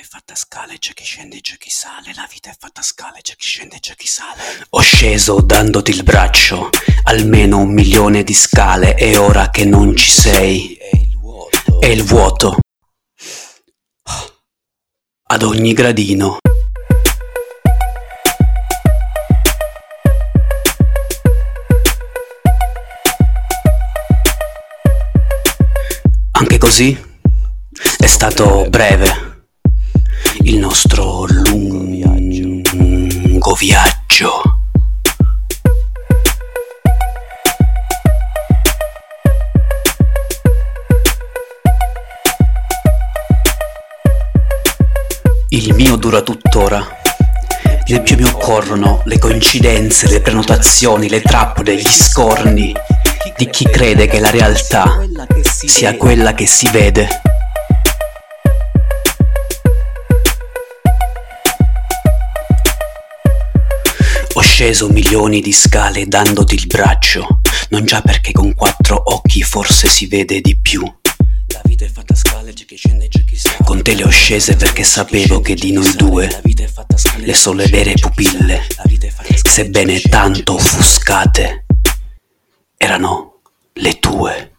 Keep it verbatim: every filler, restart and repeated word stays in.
fatta a scale, c'è chi scende, c'è chi sale. La vita è fatta a scale, c'è chi scende, c'è chi sale. Ho sceso dandoti il braccio, almeno un milione di scale, e ora che non ci sei, è il vuoto ad ogni gradino. Anche così è stato breve il nostro lungo viaggio. Il mio dura tuttora. Nel mio mi occorrono le coincidenze, le prenotazioni, le trappole, gli scorni di chi crede che la realtà sia quella che si vede. Ho sceso milioni di scale dandoti il braccio, non già perché con quattro occhi forse si vede di più. La vita è fatta a scale, c'è chi scende, c'è chi sale. Con te le ho scese perché sapevo che di noi due le sole vere pupille, sebbene tanto offuscate, erano le tue.